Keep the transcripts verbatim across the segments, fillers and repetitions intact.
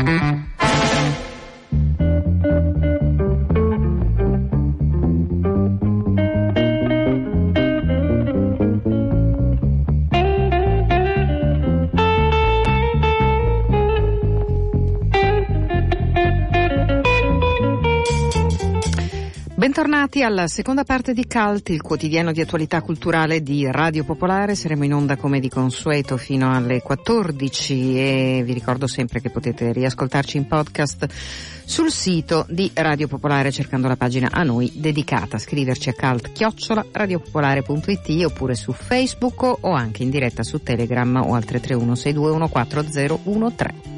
Bentornati alla seconda parte di Cult, il quotidiano di attualità culturale di Radio Popolare. Saremo in onda come di consueto fino alle quattordici e vi ricordo sempre che potete riascoltarci in podcast sul sito di Radio Popolare cercando la pagina a noi dedicata. Scriverci a cult chiocciola radiopopolare punto it oppure su Facebook o anche in diretta su Telegram o al tre tre uno sei due uno quattro zero uno tre.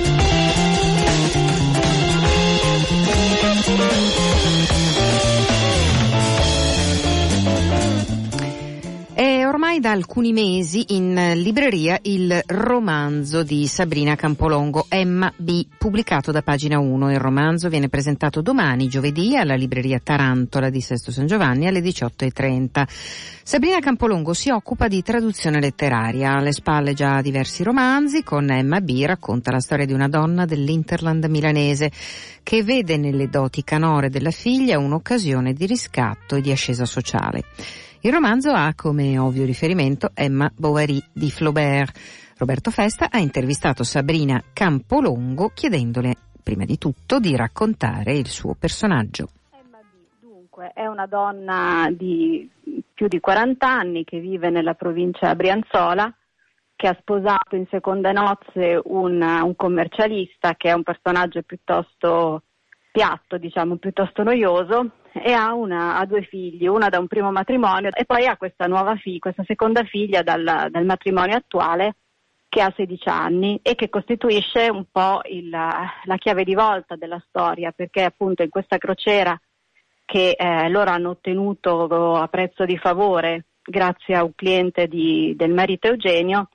Ormai da alcuni mesi in libreria il romanzo di Sabrina Campolongo, Emma B, pubblicato da Pagina uno. Il romanzo viene presentato domani, giovedì, alla libreria Tarantola di Sesto San Giovanni alle diciotto e trenta. Sabrina Campolongo si occupa di traduzione letteraria, ha alle spalle già diversi romanzi. Con Emma B racconta la storia di una donna dell'Interland milanese che vede nelle doti canore della figlia un'occasione di riscatto e di ascesa sociale. Il romanzo ha come ovvio riferimento Emma Bovary di Flaubert. Roberto Festa ha intervistato Sabrina Campolongo chiedendole prima di tutto di raccontare il suo personaggio. Emma B, dunque, è una donna di più di quaranta anni che vive nella provincia Brianzola, che ha sposato in seconde nozze un, un commercialista che è un personaggio piuttosto piatto, diciamo, piuttosto noioso, e ha, una, ha due figli, una da un primo matrimonio e poi ha questa nuova figlia, questa seconda figlia dal, dal matrimonio attuale che ha sedici anni e che costituisce un po' il, la chiave di volta della storia, perché appunto in questa crociera che eh, loro hanno ottenuto a prezzo di favore grazie a un cliente di, del marito Eugenio,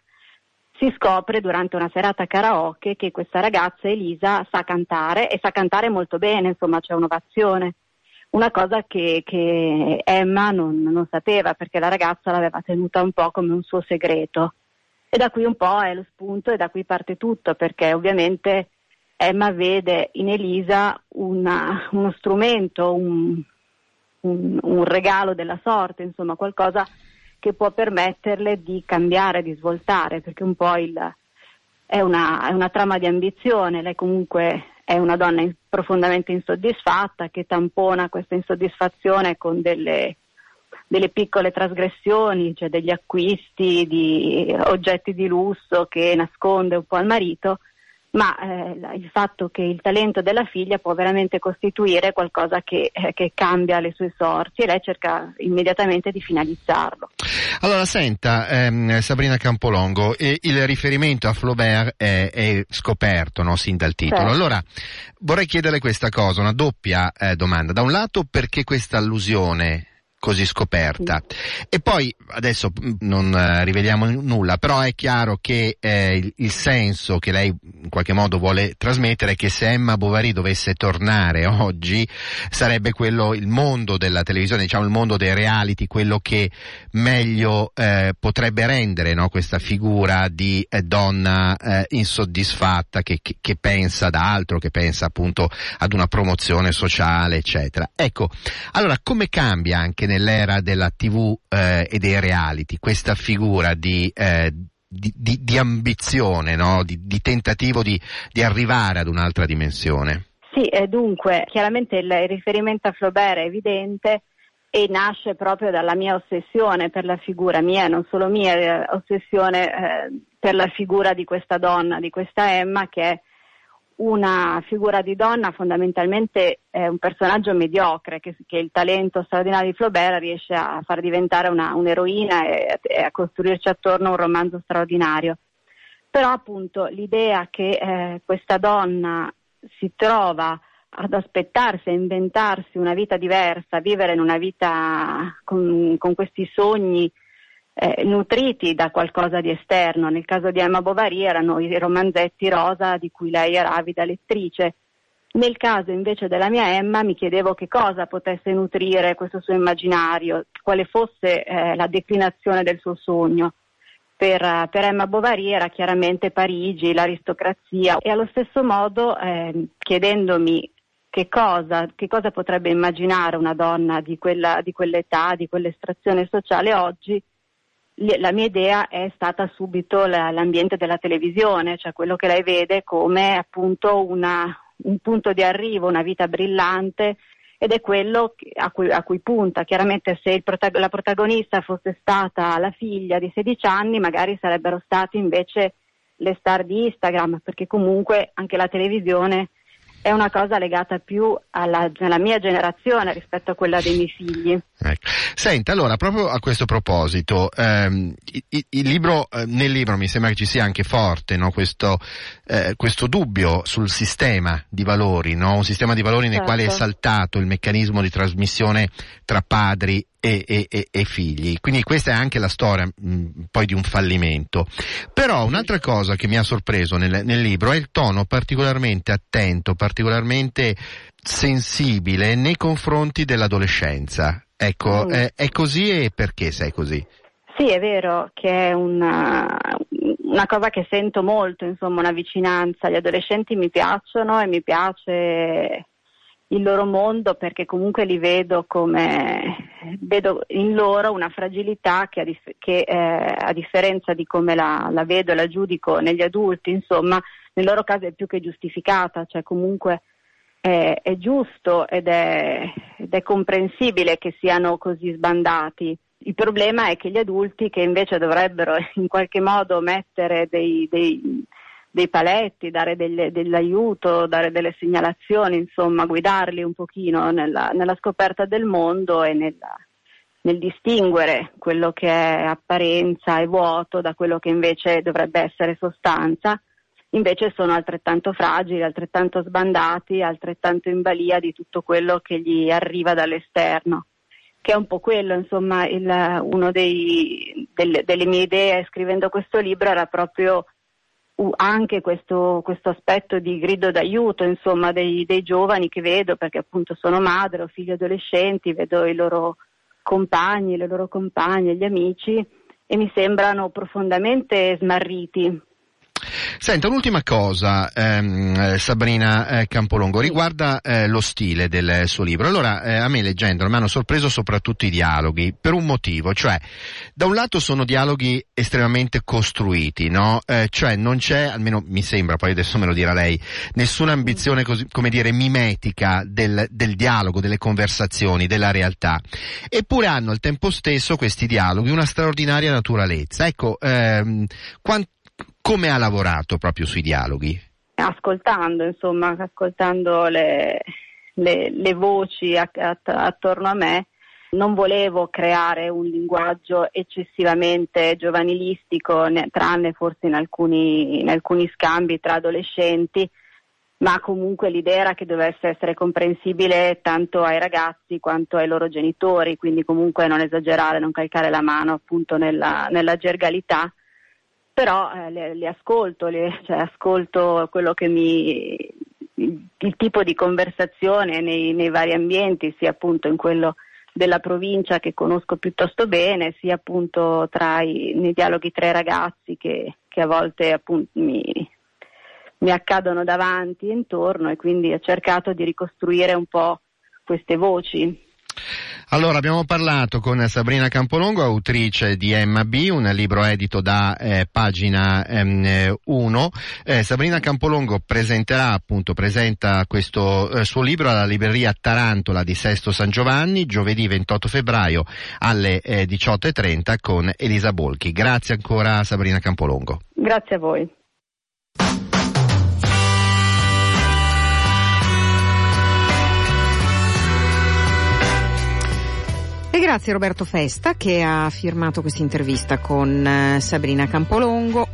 si scopre durante una serata karaoke che questa ragazza Elisa sa cantare e sa cantare molto bene, insomma c'è un'ovazione. Una cosa che, che Emma non, non sapeva, perché la ragazza l'aveva tenuta un po' come un suo segreto. E da qui un po' è lo spunto e da qui parte tutto, perché ovviamente Emma vede in Elisa una, uno strumento, un, un, un regalo della sorte, insomma qualcosa che può permetterle di cambiare, di svoltare, perché un po' il, è, una, è una trama di ambizione. Lei comunque è una donna in, profondamente insoddisfatta che tampona questa insoddisfazione con delle, delle piccole trasgressioni, cioè degli acquisti di oggetti di lusso che nasconde un po' al marito, ma eh, il fatto che il talento della figlia può veramente costituire qualcosa che, eh, che cambia le sue sorti e lei cerca immediatamente di finalizzarlo. Allora senta, ehm, Sabrina Campolongo, eh, il riferimento a Flaubert è, è scoperto, no, sin dal titolo. Certo. Allora vorrei chiederle questa cosa, una doppia eh, domanda. Da un lato, perché questa allusione così scoperta? Sì. E poi, adesso non eh, riveliamo nulla, però è chiaro che eh, il, il senso che lei in qualche modo vuole trasmettere è che se Emma Bovary dovesse tornare oggi sarebbe quello, il mondo della televisione, diciamo il mondo dei reality, quello che meglio eh, potrebbe rendere, no, questa figura di eh, donna eh, insoddisfatta che, che, che pensa ad altro, che pensa appunto ad una promozione sociale, eccetera. Ecco, allora come cambia anche nell'era della tivù eh, e dei reality questa figura di, eh, di, di, di ambizione, no? di, di tentativo di, di arrivare ad un'altra dimensione? Sì, e dunque chiaramente il, il riferimento a Flaubert è evidente e nasce proprio dalla mia ossessione per la figura mia, non solo mia, eh, ossessione eh, per la figura di questa donna, di questa Emma, che è una figura di donna fondamentalmente è un personaggio mediocre che, che il talento straordinario di Flaubert riesce a far diventare una, un'eroina e, e a costruirci attorno un romanzo straordinario. Però appunto l'idea che eh, questa donna si trova ad aspettarsi, a inventarsi una vita diversa, a vivere in una vita con, con questi sogni Eh, nutriti da qualcosa di esterno. Nel caso di Emma Bovary erano i romanzetti rosa di cui lei era avida lettrice. Nel caso invece della mia Emma mi chiedevo che cosa potesse nutrire questo suo immaginario, quale fosse eh, la declinazione del suo sogno. per, per Emma Bovary era chiaramente Parigi, l'aristocrazia, e allo stesso modo eh, chiedendomi che cosa, che cosa potrebbe immaginare una donna di quella, di quell'età, di quell'estrazione sociale oggi, la mia idea è stata subito la, l'ambiente della televisione, cioè quello che lei vede come appunto una, un punto di arrivo, una vita brillante, ed è quello a cui, a cui punta. Chiaramente se il protag- la protagonista fosse stata la figlia di sedici anni, magari sarebbero stati invece le star di Instagram, perché comunque anche la televisione è una cosa legata più alla, alla mia generazione rispetto a quella dei miei figli. Ecco. Senta, allora, proprio a questo proposito, ehm, il, il libro, eh, nel libro mi sembra che ci sia anche forte, no, questo, eh, questo dubbio sul sistema di valori, no? Un sistema di valori nel Certo. quale è saltato il meccanismo di trasmissione tra padri e, e, e, e figli. Quindi questa è anche la storia mh, poi di un fallimento. Però un'altra cosa che mi ha sorpreso nel, nel libro è il tono particolarmente attento, particolarmente sensibile nei confronti dell'adolescenza. Ecco, Mm. è, è così, e perché sei così? Sì, è vero che è una, una cosa che sento molto, insomma, una vicinanza. Gli adolescenti mi piacciono e mi piace il loro mondo, perché comunque li vedo come, vedo in loro una fragilità che, a, dif- che eh, a differenza di come la, la vedo e la giudico negli adulti, insomma, nel loro caso è più che giustificata, cioè comunque è, è giusto ed è, ed è comprensibile che siano così sbandati. Il problema è che gli adulti, che invece dovrebbero in qualche modo mettere dei, dei, dei paletti, dare delle, dell'aiuto, dare delle segnalazioni, insomma, guidarli un pochino nella, nella scoperta del mondo e nella, nel distinguere quello che è apparenza e vuoto da quello che invece dovrebbe essere sostanza, invece sono altrettanto fragili, altrettanto sbandati, altrettanto in balia di tutto quello che gli arriva dall'esterno. Che è un po' quello, insomma, il, uno dei, delle, delle mie idee scrivendo questo libro era proprio uh, anche questo, questo aspetto di grido d'aiuto, insomma, dei, dei giovani che vedo, perché appunto sono madre, ho figli adolescenti, vedo i loro compagni, le loro compagne, gli amici, e mi sembrano profondamente smarriti. Senta, un'ultima cosa, ehm, Sabrina eh, Campolongo, riguarda eh, lo stile del suo libro. Allora, eh, a me leggendolo mi hanno sorpreso soprattutto i dialoghi, per un motivo, cioè, da un lato sono dialoghi estremamente costruiti, no? Eh, cioè non c'è, almeno mi sembra, poi adesso me lo dirà lei, nessuna ambizione così, come dire, mimetica del, del dialogo, delle conversazioni, della realtà. Eppure hanno al tempo stesso questi dialoghi una straordinaria naturalezza. Ecco, ehm, quant- come ha lavorato proprio sui dialoghi? Ascoltando, insomma, ascoltando le, le, le voci a, a, attorno a me, non volevo creare un linguaggio eccessivamente giovanilistico, ne, tranne forse in alcuni, in alcuni scambi tra adolescenti, ma comunque l'idea era che dovesse essere comprensibile tanto ai ragazzi quanto ai loro genitori, quindi comunque non esagerare, non calcare la mano appunto nella, nella gergalità. Però eh, le, le ascolto, le, cioè ascolto quello che mi, il, il tipo di conversazione nei, nei vari ambienti, sia appunto in quello della provincia che conosco piuttosto bene, sia appunto tra i, nei dialoghi tra i ragazzi che, che a volte appunto mi, mi accadono davanti e intorno, e quindi ho cercato di ricostruire un po' queste voci. Allora, abbiamo parlato con Sabrina Campolongo, autrice di Emma B, un libro edito da eh, Pagina uno. Eh, Sabrina Campolongo presenterà, appunto, presenta questo eh, suo libro alla libreria Tarantola di Sesto San Giovanni, giovedì ventotto febbraio alle eh, diciotto e trenta con Elisa Bolchi. Grazie ancora, Sabrina Campolongo. Grazie a voi. E grazie a Roberto Festa che ha firmato questa intervista con eh, Sabrina Campolongo.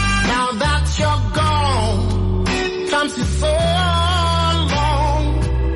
So long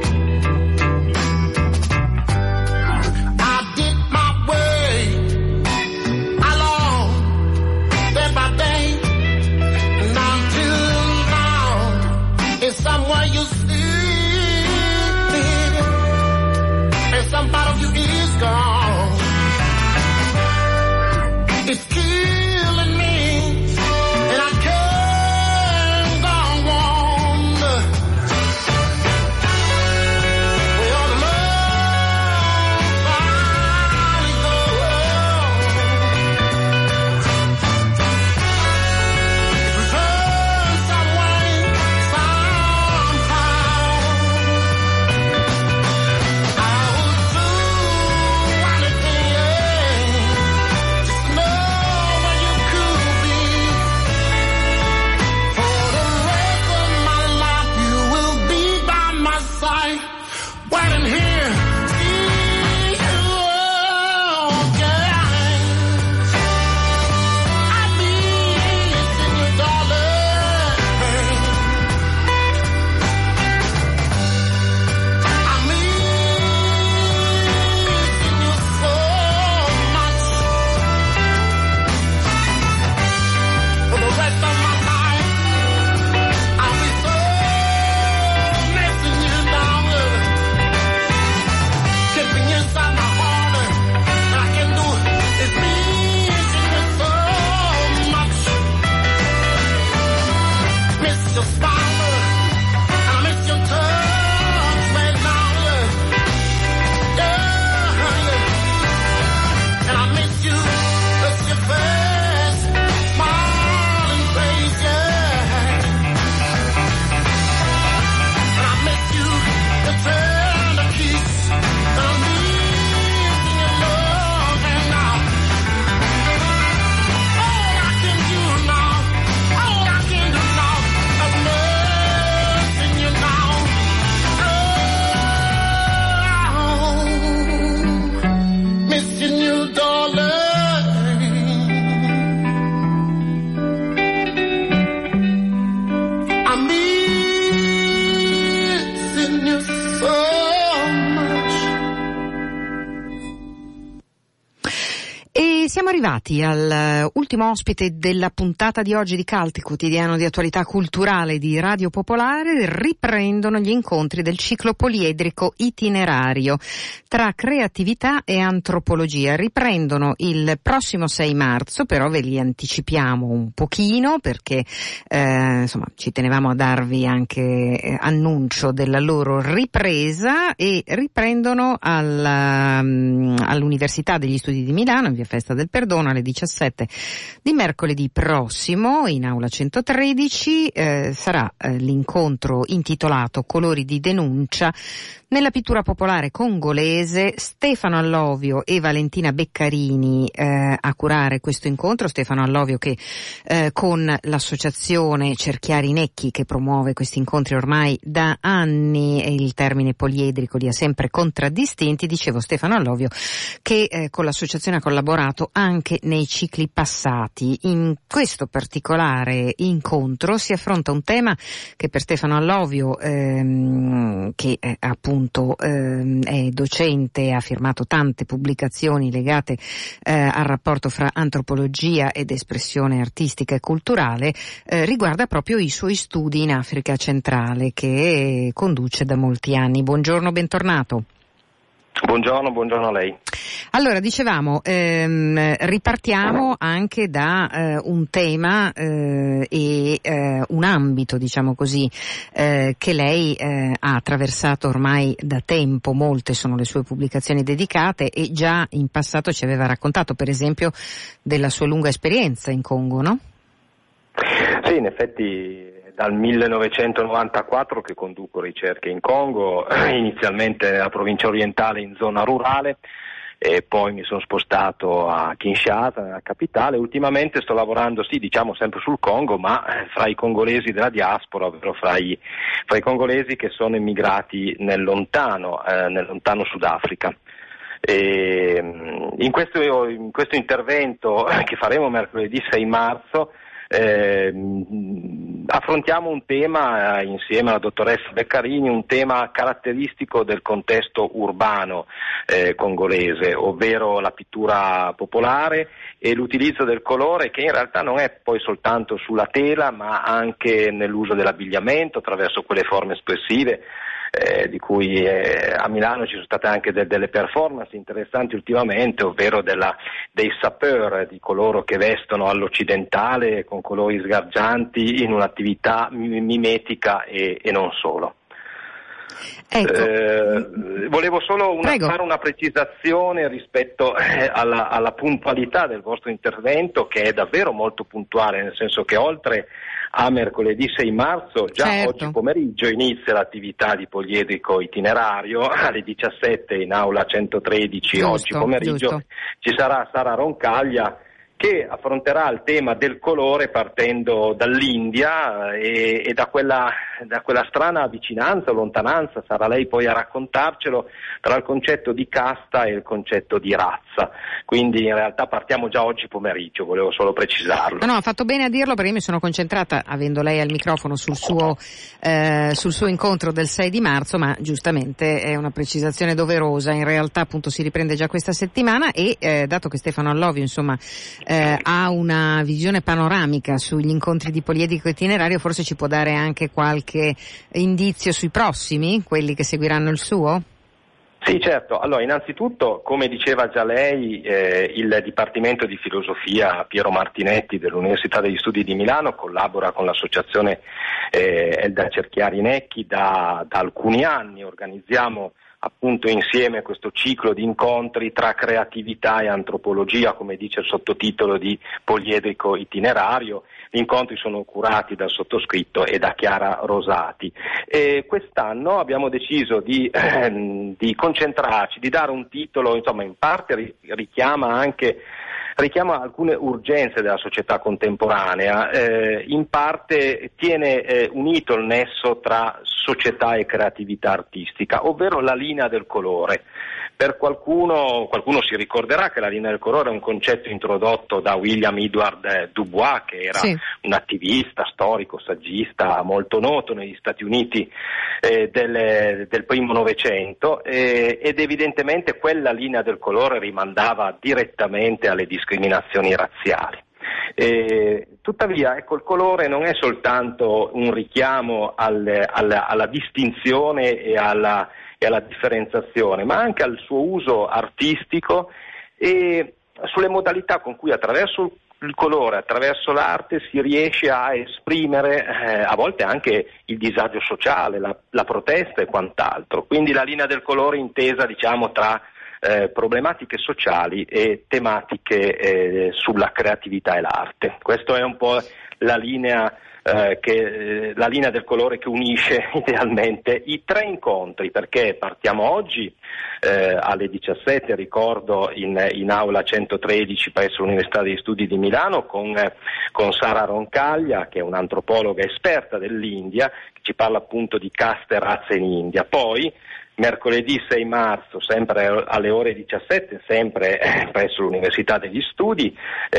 E siamo arrivati all'ultimo ospite della puntata di oggi di Calti, quotidiano di attualità culturale di Radio Popolare. Riprendono gli incontri del ciclo poliedrico itinerario tra creatività e antropologia. Riprendono il prossimo sei marzo, però ve li anticipiamo un pochino perché eh, insomma ci tenevamo a darvi anche eh, annuncio della loro ripresa, e riprendono alla, um, all'Università degli Studi di Milano, in via Festa del Perdono, alle diciassette di mercoledì prossimo in aula centotredici. Eh, sarà eh, l'incontro intitolato Colori di denuncia nella pittura popolare congolese. Stefano Allovio e Valentina Beccarini eh, a curare questo incontro. Stefano Allovio che eh, con l'associazione Cerchiari Necchi, che promuove questi incontri ormai da anni, e il termine poliedrico li ha sempre contraddistinti. Dicevo, Stefano Allovio che eh, con l'associazione ha collaborato anche nei cicli passati. In questo particolare incontro si affronta un tema che per Stefano Allovio, ehm, che eh, appunto ehm, è docente e ha firmato tante pubblicazioni legate eh, al rapporto fra antropologia ed espressione artistica e culturale, eh, riguarda proprio i suoi studi in Africa centrale, che conduce da molti anni. Buongiorno, bentornato. Buongiorno, buongiorno a lei. Allora, dicevamo, ehm, ripartiamo anche da eh, un tema eh, e eh, un ambito, diciamo così, eh, che lei eh, ha attraversato ormai da tempo. Molte sono le sue pubblicazioni dedicate, e già in passato ci aveva raccontato, per esempio, della sua lunga esperienza in Congo, no? Sì, in effetti dal millenovecentonovantaquattro che conduco ricerche in Congo, inizialmente nella provincia orientale in zona rurale, e poi mi sono spostato a Kinshasa, nella capitale. Ultimamente sto lavorando, sì, diciamo sempre sul Congo, ma fra i congolesi della diaspora, ovvero fra i, fra i congolesi che sono immigrati nel lontano, eh, nel lontano Sudafrica. E in questo, in questo intervento che faremo mercoledì sei marzo, Eh, affrontiamo un tema eh, insieme alla dottoressa Beccarini, un tema caratteristico del contesto urbano eh, congolese, ovvero la pittura popolare e l'utilizzo del colore, che in realtà non è poi soltanto sulla tela, ma anche nell'uso dell'abbigliamento attraverso quelle forme espressive. Eh, di cui eh, a Milano ci sono state anche de- delle performance interessanti ultimamente, ovvero della, dei sapeur, di coloro che vestono all'occidentale con colori sgargianti in un'attività m- mimetica e, e non solo. Ecco. Eh, volevo solo una, fare una precisazione rispetto eh, alla, alla puntualità del vostro intervento, che è davvero molto puntuale, nel senso che oltre a mercoledì sei marzo, già certo. Oggi pomeriggio inizia l'attività di poliedrico itinerario alle diciassette in aula centotredici. Giusto, oggi pomeriggio giusto. Ci sarà Sara Roncaglia, che affronterà il tema del colore partendo dall'India e, e da quella, da quella strana vicinanza, lontananza, sarà lei poi a raccontarcelo, tra il concetto di casta e il concetto di razza. Quindi in realtà partiamo già oggi pomeriggio, volevo solo precisarlo. No, no, ha fatto bene a dirlo, perché io mi sono concentrata, avendo lei al microfono, sul suo, eh, sul suo incontro del sei di marzo, ma giustamente è una precisazione doverosa. In realtà appunto si riprende già questa settimana, e eh, dato che Stefano Allovio insomma Eh, ha una visione panoramica sugli incontri di poliedrico itinerario, forse ci può dare anche qualche indizio sui prossimi, quelli che seguiranno il suo? Sì, certo. Allora, innanzitutto, come diceva già lei, eh, il Dipartimento di Filosofia Piero Martinetti dell'Università degli Studi di Milano collabora con l'associazione eh, Elda Cerchiari Necchi da, da alcuni anni. Organizziamo appunto insieme questo ciclo di incontri tra creatività e antropologia, come dice il sottotitolo di poliedrico itinerario. Gli incontri sono curati dal sottoscritto e da Chiara Rosati, e quest'anno abbiamo deciso di, ehm, di concentrarci, di dare un titolo, insomma, in parte richiama anche richiama alcune urgenze della società contemporanea, eh, in parte tiene eh, unito il nesso tra società e creatività artistica, ovvero la linea del colore. Per qualcuno, qualcuno si ricorderà che la linea del colore è un concetto introdotto da William Edward Dubois, che era sì. un attivista, storico, saggista molto noto negli Stati Uniti eh, del, del primo Novecento, eh, ed evidentemente quella linea del colore rimandava direttamente alle discriminazioni razziali. Eh, tuttavia, ecco, il colore non è soltanto un richiamo al, alla, alla distinzione e alla e alla differenziazione, ma anche al suo uso artistico e sulle modalità con cui attraverso il colore, attraverso l'arte si riesce a esprimere eh, a volte anche il disagio sociale, la, la protesta e quant'altro. Quindi la linea del colore intesa, diciamo, tra eh, problematiche sociali e tematiche eh, sulla creatività e l'arte. Questa è un po' la linea Eh, che, eh, la linea del colore che unisce idealmente i tre incontri, perché partiamo oggi eh, alle diciassette, ricordo, in, in aula centotredici presso l'Università degli Studi di Milano con, eh, con Sara Roncaglia, che è un'antropologa esperta dell'India, che ci parla appunto di caste e razze in India. Poi mercoledì sei marzo, sempre alle ore diciassette, sempre eh, presso l'Università degli Studi,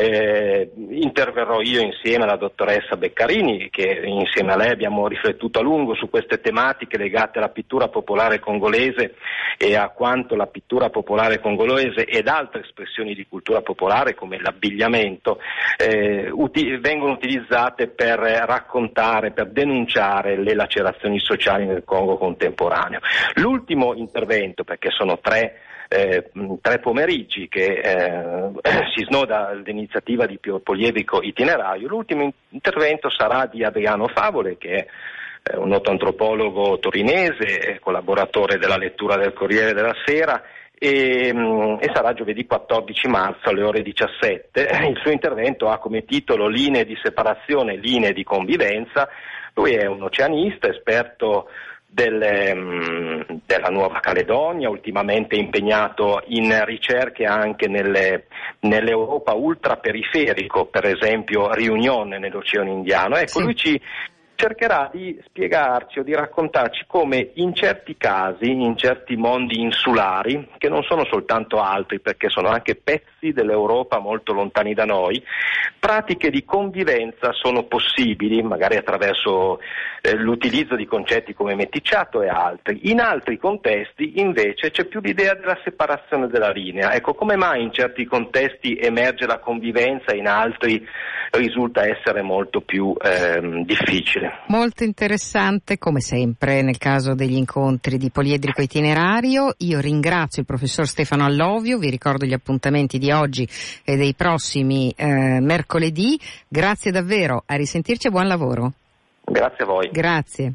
eh, interverrò io insieme alla dottoressa Beccarini, che insieme a lei abbiamo riflettuto a lungo su queste tematiche legate alla pittura popolare congolese e a quanto la pittura popolare congolese ed altre espressioni di cultura popolare come l'abbigliamento eh, uti- vengono utilizzate per raccontare, per denunciare le lacerazioni sociali nel Congo contemporaneo. L'ultimo L'ultimo intervento, perché sono tre, eh, tre pomeriggi che eh, si snoda l'iniziativa di Pio Poliedrico Itinerario, l'ultimo intervento sarà di Adriano Favole, che è eh, un noto antropologo torinese, collaboratore della lettura del Corriere della Sera, e, mh, e sarà giovedì quattordici marzo alle ore diciassette. Il suo intervento ha come titolo Linee di separazione, linee di convivenza. Lui è un oceanista, esperto Delle, mh, della Nuova Caledonia, ultimamente impegnato in ricerche anche nelle, nell'Europa ultraperiferico, per esempio Réunion nell'Oceano Indiano. Ecco, sì. Lui ci cercherà di spiegarci o di raccontarci come in certi casi, in certi mondi insulari, che non sono soltanto altri perché sono anche pezzi dell'Europa molto lontani da noi, pratiche di convivenza sono possibili, magari attraverso eh, l'utilizzo di concetti come meticciato e altri. In altri contesti invece c'è più l'idea della separazione della linea. Ecco, come mai in certi contesti emerge la convivenza e in altri risulta essere molto più ehm, difficile. Molto interessante, come sempre nel caso degli incontri di Poliedrico Itinerario. Io ringrazio il professor Stefano Allovio, vi ricordo gli appuntamenti di oggi e dei prossimi eh, mercoledì. Grazie davvero, a risentirci e buon lavoro. Grazie a voi. Grazie.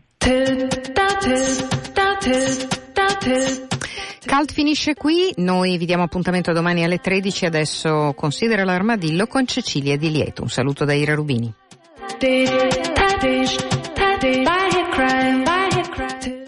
Cult finisce qui, noi vi diamo appuntamento domani alle tredici, adesso Considera l'armadillo con Cecilia Di Lieto. Un saluto da Ira Rubini. Bye.